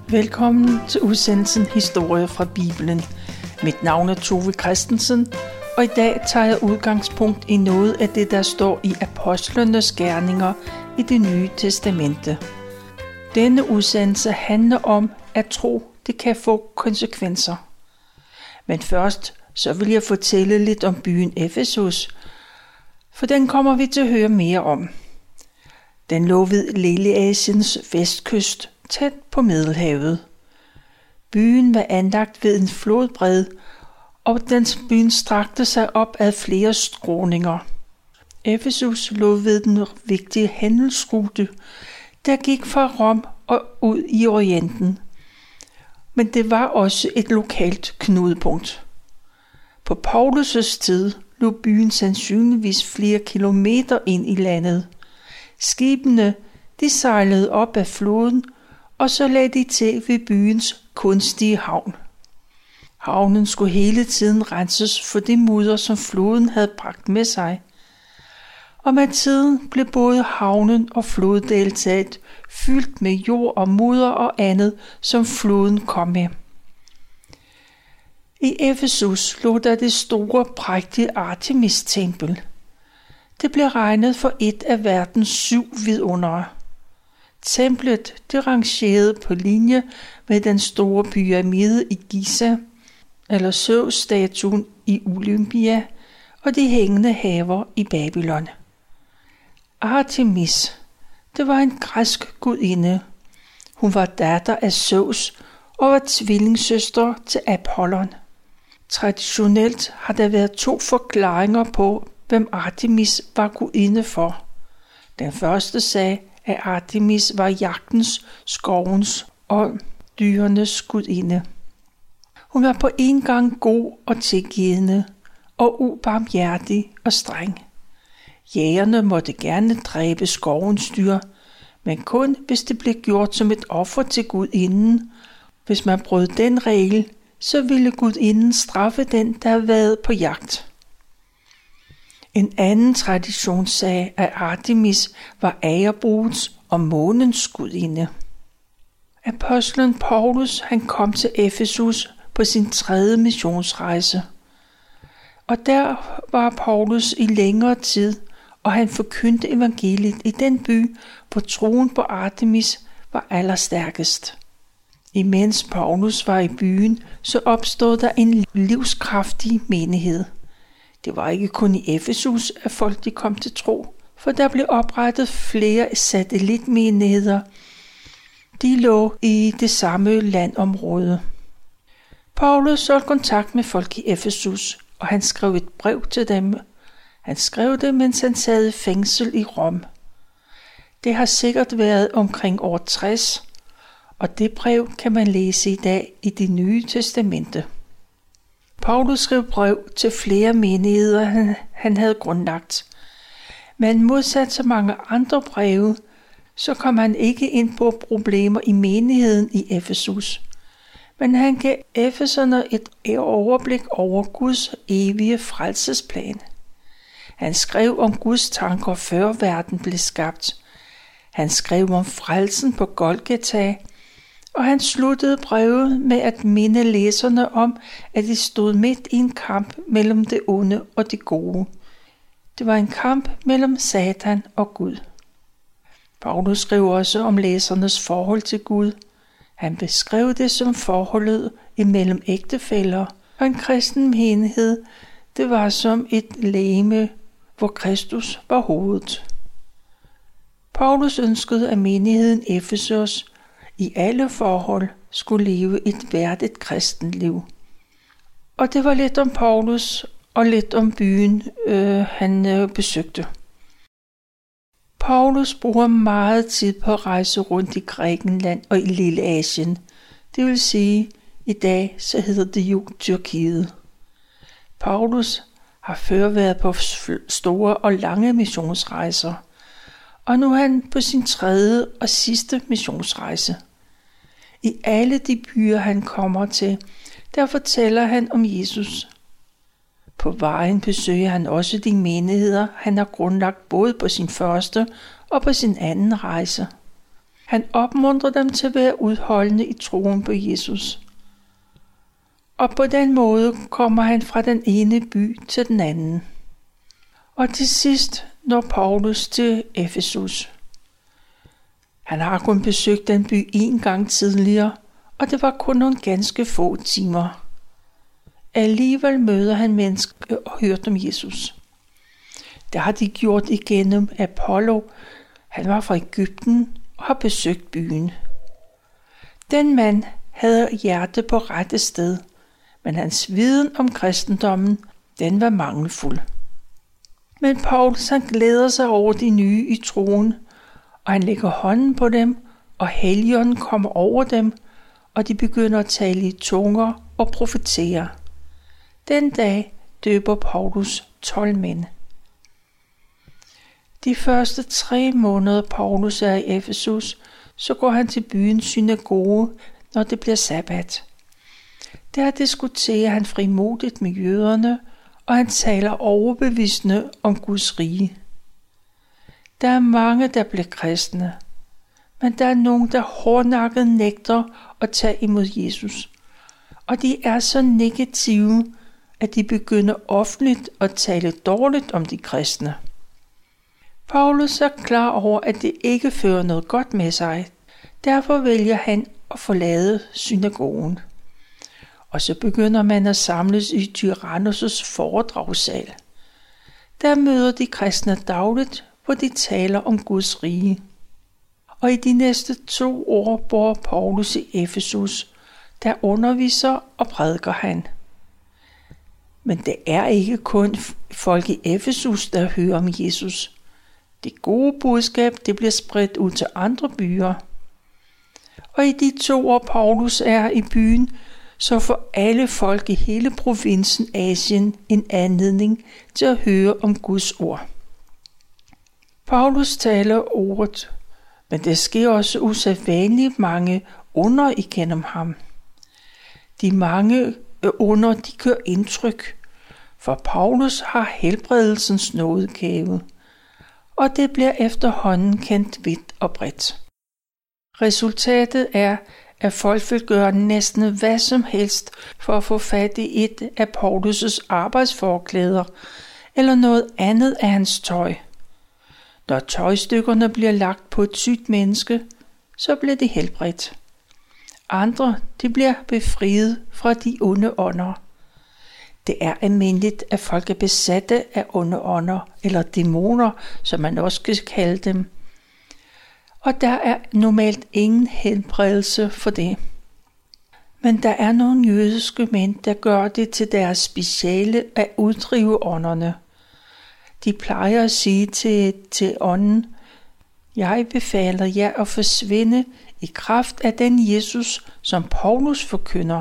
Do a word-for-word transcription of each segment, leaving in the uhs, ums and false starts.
Velkommen til udsendelsen Historie fra Bibelen. Mit navn er Tove Christensen, og i dag tager jeg udgangspunkt i noget af det, der står i Apostlenes Gerninger i Det Nye Testamente. Denne udsendelse handler om, at tro det kan få konsekvenser. Men først så vil jeg fortælle lidt om byen Efesus, for den kommer vi til at høre mere om. Den lå ved Lilleasiens vestkyst, tæt på Middelhavet. Byen var anlagt ved en flodbred, og dens byen strakte sig op ad flere skråninger. Efesus lå ved den vigtige handelsrute, der gik fra Rom og ud i Orienten. Men det var også et lokalt knudepunkt. På Paulus' tid lå byen sandsynligvis flere kilometer ind i landet. Skibene de sejlede op ad floden, og så lagde de til ved byens kunstige havn. Havnen skulle hele tiden renses for det mudder, som floden havde bragt med sig. Og med tiden blev både havnen og floddeltaet fyldt med jord og mudder og andet, som floden kom med. I Efesus lå der det store, prægtige Artemis-tempel. Det blev regnet for et af verdens syv vidundere. Templet det rangerede på linje med den store pyramide i Giza, eller Zeus-statuen i Olympia og de hængende haver i Babylon. Artemis, det var en græsk gudinde. Hun var datter af Zeus og var tvillingssøster til Apollon. Traditionelt har der været to forklaringer på, hvem Artemis var gudinde for. Den første sagde, at Artemis var jagtens, skovens og dyrenes gudinde. Hun var på en gang god og tilgivende og ubarmhjertig og streng. Jægerne måtte gerne dræbe skovens dyr, men kun hvis det blev gjort som et offer til gudinden. Hvis man brød den regel, så ville gudinden straffe den, der havde været på jagt. En anden tradition sagde, at Artemis var agerbrugets og månens gudinde. Apostlen Paulus han kom til Efesus på sin tredje missionsrejse. Og der var Paulus i længere tid, og han forkyndte evangeliet i den by, hvor troen på Artemis var allerstærkest. Imens Paulus var i byen, så opstod der en livskraftig menighed. Det var ikke kun i Efesus, at folk de kom til tro, for der blev oprettet flere satellitmenigheder. De lå i det samme landområde. Paulus holdt kontakt med folk i Efesus, og han skrev et brev til dem. Han skrev det, mens han sad i fængsel i Rom. Det har sikkert været omkring år tres, og det brev kan man læse i dag i Det Nye Testamente. Paulus skrev brev til flere menigheder, han, han havde grundlagt. Men modsat så mange andre breve, så kom han ikke ind på problemer i menigheden i Efesus. Men han gav efeserne et overblik over Guds evige frelsesplan. Han skrev om Guds tanker før verden blev skabt. Han skrev om frelsen på Golgata, og han sluttede brevet med at minde læserne om, at de stod midt i en kamp mellem det onde og det gode. Det var en kamp mellem Satan og Gud. Paulus skrev også om læsernes forhold til Gud. Han beskrev det som forholdet imellem ægtefæller, og en kristen menighed, det var som et legeme, hvor Kristus var hovedet. Paulus ønskede, at menigheden Efesus i alle forhold skulle leve et værdigt kristenliv. Og det var lidt om Paulus og lidt om byen, øh, han øh, besøgte. Paulus bruger meget tid på at rejse rundt i Grækenland og i Lilleasien. Det vil sige, i dag så hedder det jo Tyrkiet. Paulus har før været på store og lange missionsrejser, og nu er han på sin tredje og sidste missionsrejse. I alle de byer, han kommer til, der fortæller han om Jesus. På vejen besøger han også de menigheder, han har grundlagt både på sin første og på sin anden rejse. Han opmuntrer dem til at være udholdende i troen på Jesus. Og på den måde kommer han fra den ene by til den anden. Og til sidst når Paulus til Efesus. Han har kun besøgt den by en gang tidligere, og det var kun nogle ganske få timer. Alligevel møder han mennesker og hørt om Jesus. Det har de gjort igennem Apollo. Han var fra Egypten og har besøgt byen. Den mand havde hjerte på rette sted, men hans viden om kristendommen, den var mangelfuld. Men Paulus han glæder sig over de nye i troen, og han lægger hånden på dem, og Helligånden kommer over dem, og de begynder at tale i tunger og profetere. Den dag døber Paulus tolv mænd. De første tre måneder Paulus er i Efesus, så går han til byens synagoge, når det bliver sabbat. Der diskuterer han frimodigt med jøderne, og han taler overbevisende om Guds rige. Der er mange, der bliver kristne, men der er nogen, der hårdnakket nægter at tage imod Jesus. Og de er så negative, at de begynder offentligt at tale dårligt om de kristne. Paulus er klar over, at det ikke fører noget godt med sig. Derfor vælger han at forlade synagogen. Og så begynder man at samles i Tyrannus' foredragssal. Der møder de kristne dagligt, hvor de taler om Guds rige. Og i de næste to år bor Paulus i Efesus, der underviser og prædiker han. Men det er ikke kun folk i Efesus, der hører om Jesus. Det gode budskab, det bliver spredt ud til andre byer. Og i de to år Paulus er i byen, så får alle folk i hele provinsen Asien en anledning til at høre om Guds ord. Paulus taler ordet, men det sker også usædvanligt mange under igennem ham. De mange under, de gør indtryk, for Paulus har helbredelsens nådegave, og det bliver efterhånden kendt vidt og bredt. Resultatet er, at folk vil gøre næsten hvad som helst for at få fat i et af Paulus' arbejdsforklæder eller noget andet af hans tøj. Når tøjstykkerne bliver lagt på et sygt menneske, så bliver det helbredt. Andre, de bliver befriet fra de onde ånder. Det er almindeligt, at folk er besatte af onde ånder, eller dæmoner, som man også kan kalde dem. Og der er normalt ingen helbredelse for det. Men der er nogle jødiske mænd, der gør det til deres speciale at uddrive ånderne. De plejer at sige til, til ånden, jeg befaler jer at forsvinde i kraft af den Jesus, som Paulus forkynder.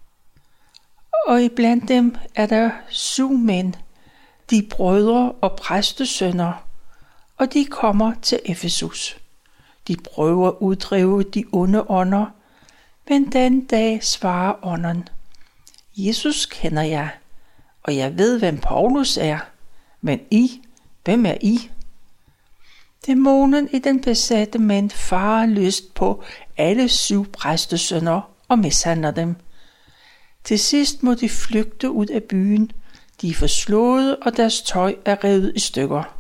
Og iblandt dem er der syv mænd, de brødre og præstesønner, og de kommer til Efesus. De prøver at uddrive de onde ånder, men den dag svarer ånden, Jesus kender jeg, og jeg ved, hvem Paulus er, men I, hvem er I? Dæmonen i den besatte mand farer lyst på alle syv præstesønner og mishandler dem. Til sidst må de flygte ud af byen. De er forslået, og deres tøj er revet i stykker.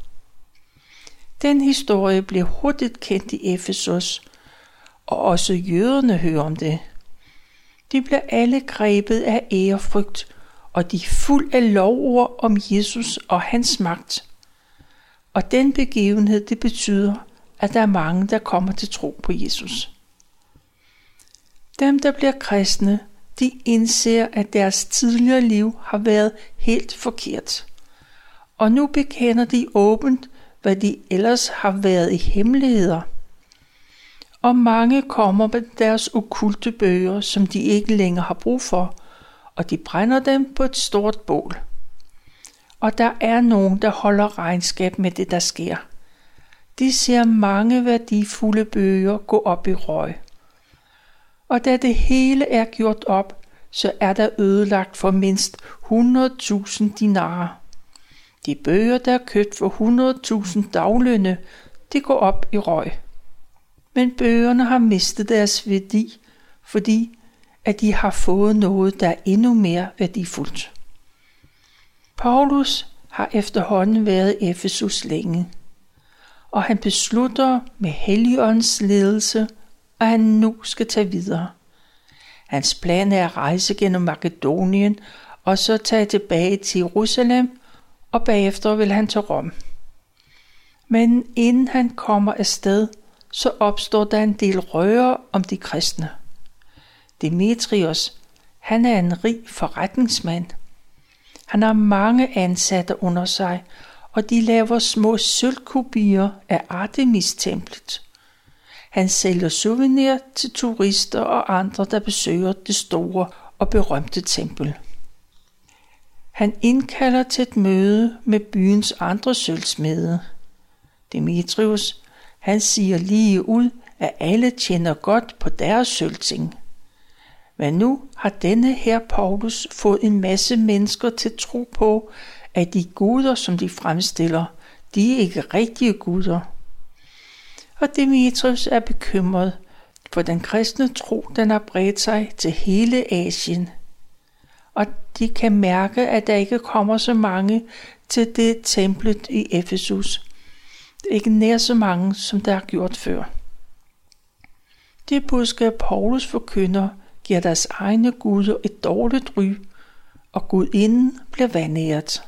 Den historie blev hurtigt kendt i Efesus, og også jøderne hører om det. De bliver alle grebet af ærefrygt, og de er fuld af lovord om Jesus og hans magt. Og den begivenhed, det betyder, at der er mange, der kommer til tro på Jesus. Dem, der bliver kristne, de indser, at deres tidligere liv har været helt forkert. Og nu bekender de åbent, hvad de ellers har været i hemmeligheder. Og mange kommer med deres okkulte bøger, som de ikke længere har brug for, og de brænder dem på et stort bål. Og der er nogen, der holder regnskab med det, der sker. De ser mange værdifulde bøger gå op i røg. Og da det hele er gjort op, så er der ødelagt for mindst hundrede tusind dinarer. De bøger, der er købt for hundrede tusind daglønne, de går op i røg. Men bøgerne har mistet deres værdi, fordi at de har fået noget, der er endnu mere værdifuldt. Paulus har efterhånden været i Efesus længe, og han beslutter med Helligåndens ledelse, at han nu skal tage videre. Hans plan er at rejse gennem Makedonien og så tage tilbage til Jerusalem, og bagefter vil han til Rom. Men inden han kommer afsted, så opstår der en del røre om de kristne. Demetrius, han er en rig forretningsmand. Han har mange ansatte under sig, og de laver små sølvkopier af Artemis-templet. Han sælger souvenir til turister og andre, der besøger det store og berømte tempel. Han indkalder til et møde med byens andre sølvsmede. Demetrius, han siger lige ud, at alle tjener godt på deres sølvting. Men nu har denne her Paulus fået en masse mennesker til at tro på, at de guder, som de fremstiller, de er ikke rigtige guder. Og Demetrius er bekymret, for den kristne tro, den har bredt sig til hele Asien. Og de kan mærke, at der ikke kommer så mange til det templet i Efesus. Det er ikke nær så mange, som der har gjort før. Det budskab Paulus forkynder, giver deres egne guder et dårligt ry, og gudinden bliver vanæret.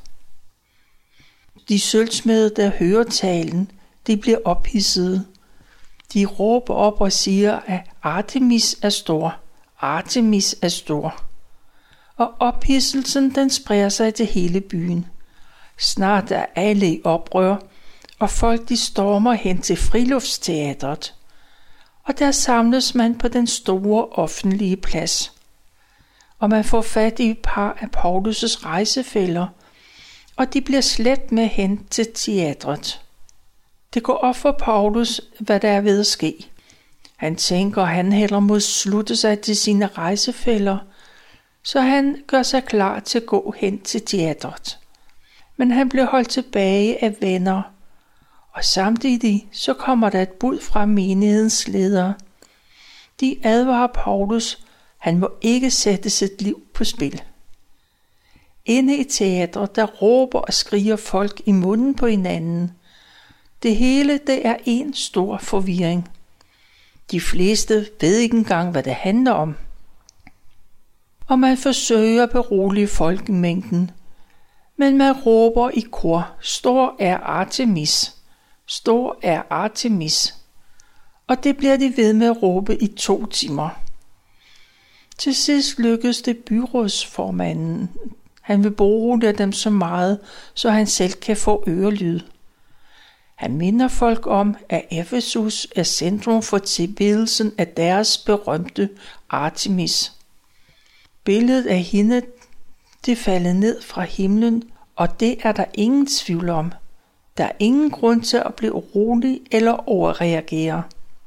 De sølvsmede, der hører talen, de bliver ophidsede. De råber op og siger, at Artemis er stor. Artemis er stor. Og ophidselsen, den spreder sig til hele byen. Snart er alle i oprør, og folk de stormer hen til friluftsteatret. Og der samles man på den store offentlige plads. Og man får fat i et par af Paulus' rejsefæller, og de bliver slæbt med hen til teatret. Det går op for Paulus, hvad der er ved at ske. Han tænker, at han hellere må slutte sig til sine rejsefæller, så han gør sig klar til at gå hen til teatret. Men han bliver holdt tilbage af venner, og samtidig så kommer der et bud fra menighedens ledere. De advarer Paulus, han må ikke sætte sit liv på spil. Inde i teatret, der råber og skriger folk i munden på hinanden. Det hele, det er en stor forvirring. De fleste ved ikke engang, hvad det handler om. Og man forsøger at berolige folkemængden. Men man råber i kor, stor er Artemis, stor er Artemis. Og det bliver de ved med at råbe i to timer. Til sidst lykkes det byrådsformanden. Han vil berolige dem så meget, så han selv kan få ørelyd. Han minder folk om, at Efesus er centrum for tilbedelsen af deres berømte Artemis. Billedet af hende, det falder ned fra himlen, og det er der ingen tvivl om. Der er ingen grund til at blive urolig eller overreagere.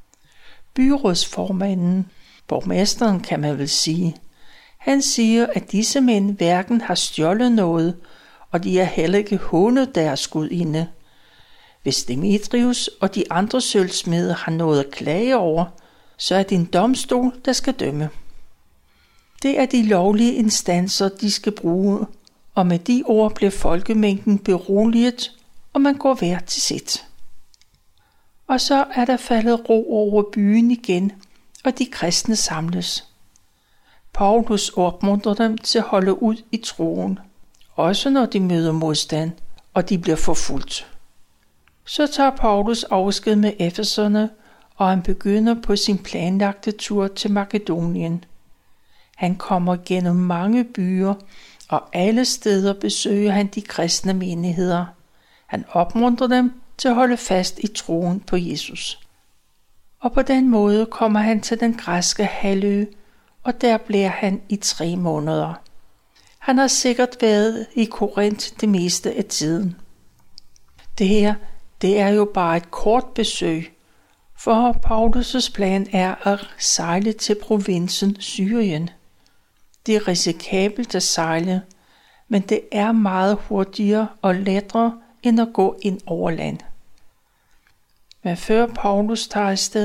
Byrådsformanden, borgmesteren kan man vel sige, han siger, at disse mænd hverken har stjålet noget, og de har heller ikke hånet deres gudinde. Hvis Demetrius og de andre sølvsmede har noget at klage over, så er det en domstol, der skal dømme. Det er de lovlige instanser, de skal bruge, og med de ord bliver folkemængden beroliget, og man går hver til sit. Og så er der faldet ro over byen igen, og de kristne samles. Paulus opmuntrer dem til at holde ud i troen, også når de møder modstand, og de bliver forfulgt. Så tager Paulus afsked med efeserne, og han begynder på sin planlagte tur til Makedonien. Han kommer gennem mange byer, og alle steder besøger han de kristne menigheder. Han opmuntrer dem til at holde fast i troen på Jesus. Og på den måde kommer han til den græske halvø, og der bliver han i tre måneder. Han har sikkert været i Korinth det meste af tiden. Det her, det er jo bare et kort besøg, for Paulus' plan er at sejle til provinsen Syrien. Det er risikabelt at sejle, men det er meget hurtigere og lettere end at gå ind over land. Men før Paulus tager afsted,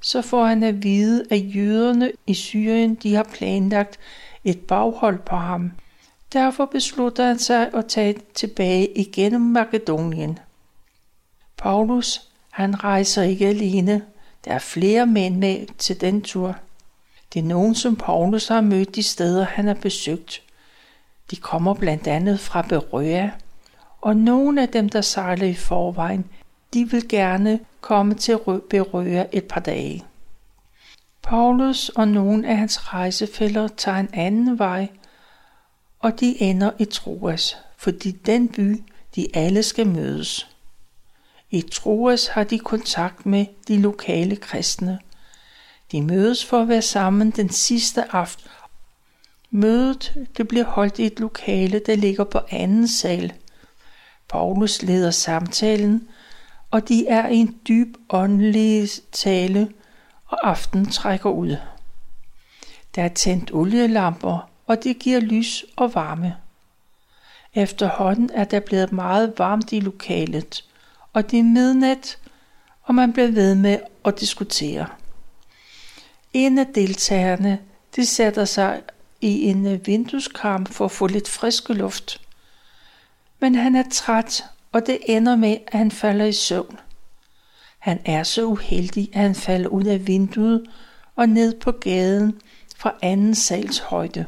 så får han at vide, at jøderne i Syrien de har planlagt et baghold på ham. Derfor beslutter han sig at tage tilbage igennem Makedonien. Paulus, han rejser ikke alene. Der er flere mænd med til den tur. Det er nogen, som Paulus har mødt de steder, han har besøgt. De kommer blandt andet fra Berøa, og nogle af dem, der sejler i forvejen, de vil gerne komme til Berøa et par dage. Paulus og nogle af hans rejsefæller tager en anden vej, og de ender i Troas, fordi den by, de alle skal mødes. I Troas har de kontakt med de lokale kristne. De mødes for at være sammen den sidste aften. Mødet det bliver holdt i et lokale, der ligger på anden sal. Paulus leder samtalen, og de er i en dyb åndelig tale, og aftenen trækker ud. Der er tændt olielamper, og det giver lys og varme. Efterhånden er der blevet meget varmt i lokalet, og det er midnat, og man bliver ved med at diskutere. En af deltagerne, de sætter sig i en vindueskarm for at få lidt friske luft. Men han er træt, og det ender med, at han falder i søvn. Han er så uheldig, at han falder ud af vinduet og ned på gaden fra anden sals højde.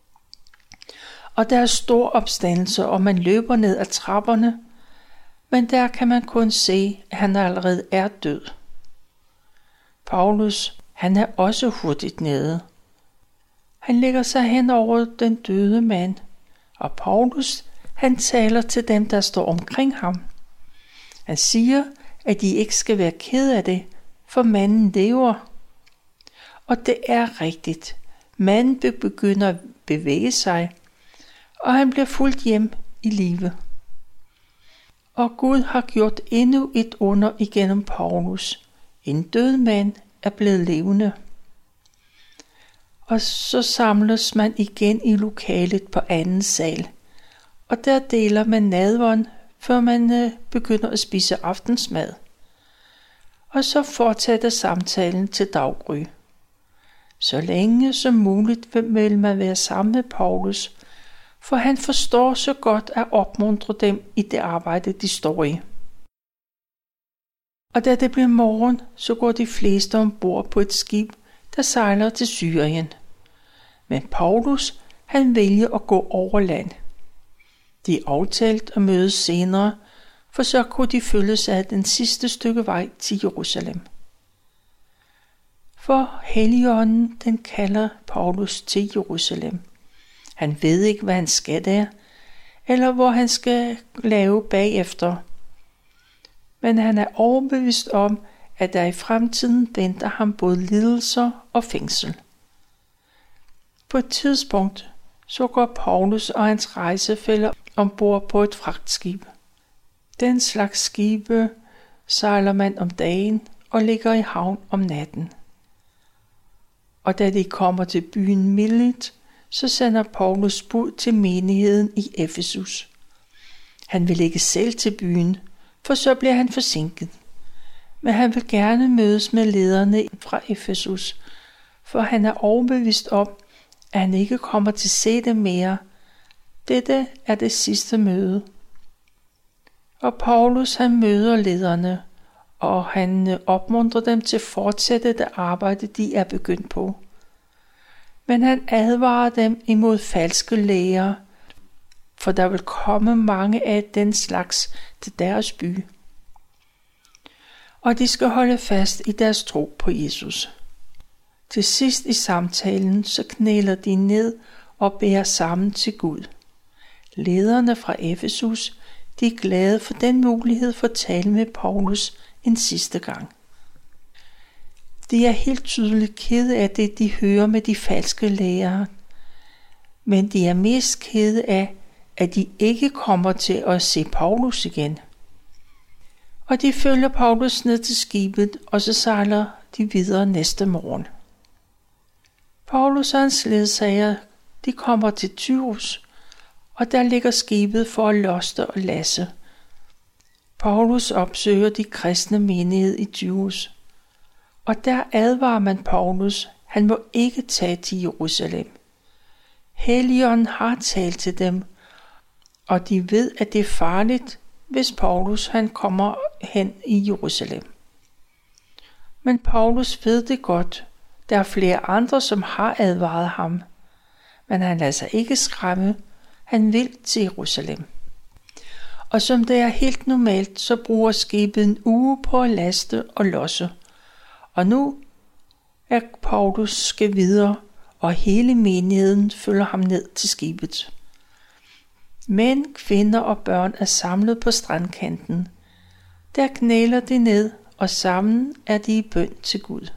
Og der er stor opstandelse, og man løber ned ad trapperne, men der kan man kun se, at han allerede er død. Paulus, han er også hurtigt nede. Han lægger sig hen over den døde mand, og Paulus, han taler til dem, der står omkring ham. Han siger, at de ikke skal være ked af det, for manden lever. Og det er rigtigt. Manden begynder at bevæge sig, og han bliver fulgt hjem i live. Og Gud har gjort endnu et under igennem Paulus. En død mand er blevet levende. Og så samles man igen i lokalet på anden sal. Og der deler man nadveren, før man begynder at spise aftensmad. Og så fortsætter samtalen til daggry. Så længe som muligt vil man være sammen med Paulus, for han forstår så godt at opmuntre dem i det arbejde, de står i. Og da det bliver morgen, så går de fleste ombord på et skib, der sejler til Syrien. Men Paulus, han vælger at gå over land. De er aftalt at mødes senere, for så kunne de følges af den sidste stykke vej til Jerusalem. For Helligånden, den kalder Paulus til Jerusalem. Han ved ikke, hvad han skal der, eller hvor han skal lave bagefter. Men han er overbevist om, at der i fremtiden venter ham både lidelser og fængsel. På et tidspunkt så går Paulus og hans rejsefæller ombord på et fragtskib. Den slags skibe sejler man om dagen og ligger i havn om natten. Og da de kommer til byen Milet, så sender Paulus bud til menigheden i Efesus. Han vil ikke selv til byen, for så bliver han forsinket. Men han vil gerne mødes med lederne fra Efesus, for han er overbevist om, at han ikke kommer til at se dem mere. Dette er det sidste møde. Og Paulus, han møder lederne, og han opmuntrer dem til at fortsætte det arbejde, de er begyndt på. Men han advarer dem imod falske læger, for der vil komme mange af den slags til deres by. Og de skal holde fast i deres tro på Jesus. Til sidst i samtalen, så knæler de ned og beder sammen til Gud. Lederne fra Efesus, de er glade for den mulighed for at tale med Paulus en sidste gang. De er helt tydeligt kede af det, de hører med de falske lærere, men de er mest kede af, at de ikke kommer til at se Paulus igen. Og de følger Paulus ned til skibet, og så sejler de videre næste morgen. Paulus og hans ledsager, de kommer til Tyrus, og der ligger skibet for at loste og lasse. Paulus opsøger de kristne menighed i Tyrus. Og der advarer man Paulus, han må ikke tage til Jerusalem. Helligånden har talt til dem, og de ved, at det er farligt, hvis Paulus han kommer hen i Jerusalem. Men Paulus ved det godt. Der er flere andre, som har advaret ham. Men han lader sig ikke skræmme. Han vil til Jerusalem. Og som det er helt normalt, så bruger skibet en uge på at laste og losse. Og nu er Paulus skal videre, og hele menigheden følger ham ned til skibet. Mænd, kvinder og børn er samlet på strandkanten. Der knæler de ned, og sammen er de i bøn til Gud.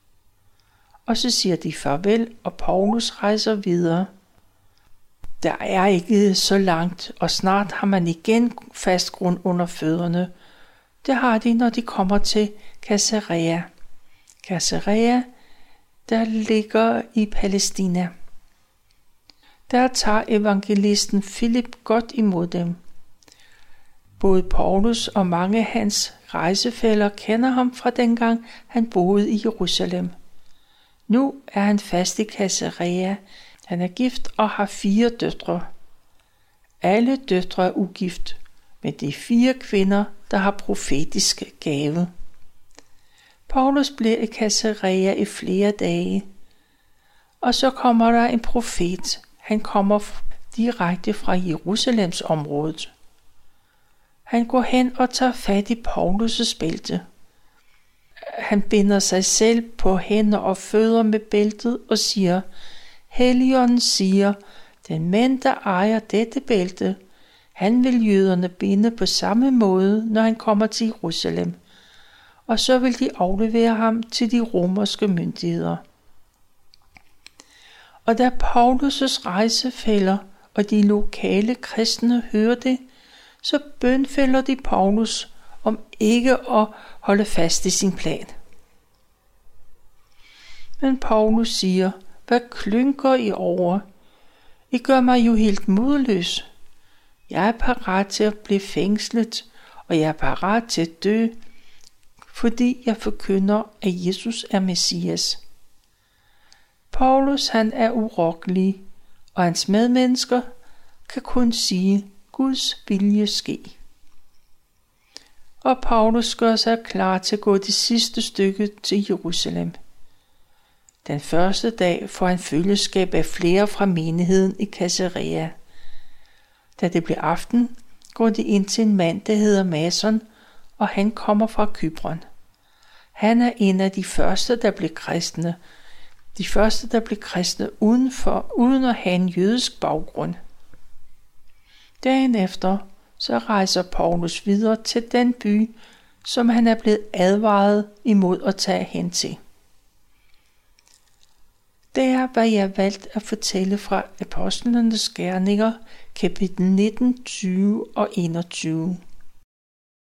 Og så siger de farvel, og Paulus rejser videre. Der er ikke så langt, og snart har man igen fast grund under fødderne. Det har de, når de kommer til Caesarea. Caesarea, der ligger i Palæstina. Der tager evangelisten Filip godt imod dem. Både Paulus og mange af hans rejsefæller kender ham fra dengang han boede i Jerusalem. Nu er han fast i Caesarea. Han er gift og har fire døtre. Alle døtre er ugift, men det er fire kvinder, der har profetiske gave. Paulus bliver i Caesarea i flere dage, og så kommer der en profet. Han kommer direkte fra Jerusalems området. Han går hen og tager fat i Paulus' bælte. Han binder sig selv på hænder og fødder med bæltet og siger, Helligånden siger, den mand, der ejer dette bælte, han vil jøderne binde på samme måde, når han kommer til Jerusalem, og så vil de aflevere ham til de romerske myndigheder. Og da Paulus' rejsefæller og de lokale kristne hører det, så bønfælder de Paulus om ikke at holde fast i sin plan. Men Paulus siger, hvad klynker I over? I gør mig jo helt modløs. Jeg er parat til at blive fængslet, og jeg er parat til at dø, fordi jeg forkynder, at Jesus er Messias. Paulus han er urokkelig, og hans medmennesker kan kun sige, Guds vilje ske. Og Paulus gør sig klar til at gå det sidste stykke til Jerusalem. Den første dag får han følgeskab af flere fra menigheden i Caesarea. Da det bliver aften, går de ind til en mand, der hedder Mason, og han kommer fra Kypron. Han er en af de første, der blev kristne. De første, der blev kristne udenfor, uden at have en jødisk baggrund. Dagen efter, så rejser Paulus videre til den by, som han er blevet advaret imod at tage hen til. Det er, hvad jeg valgt at fortælle fra Apostlenes Gerninger, kapitel nitten, tyve og enogtyve.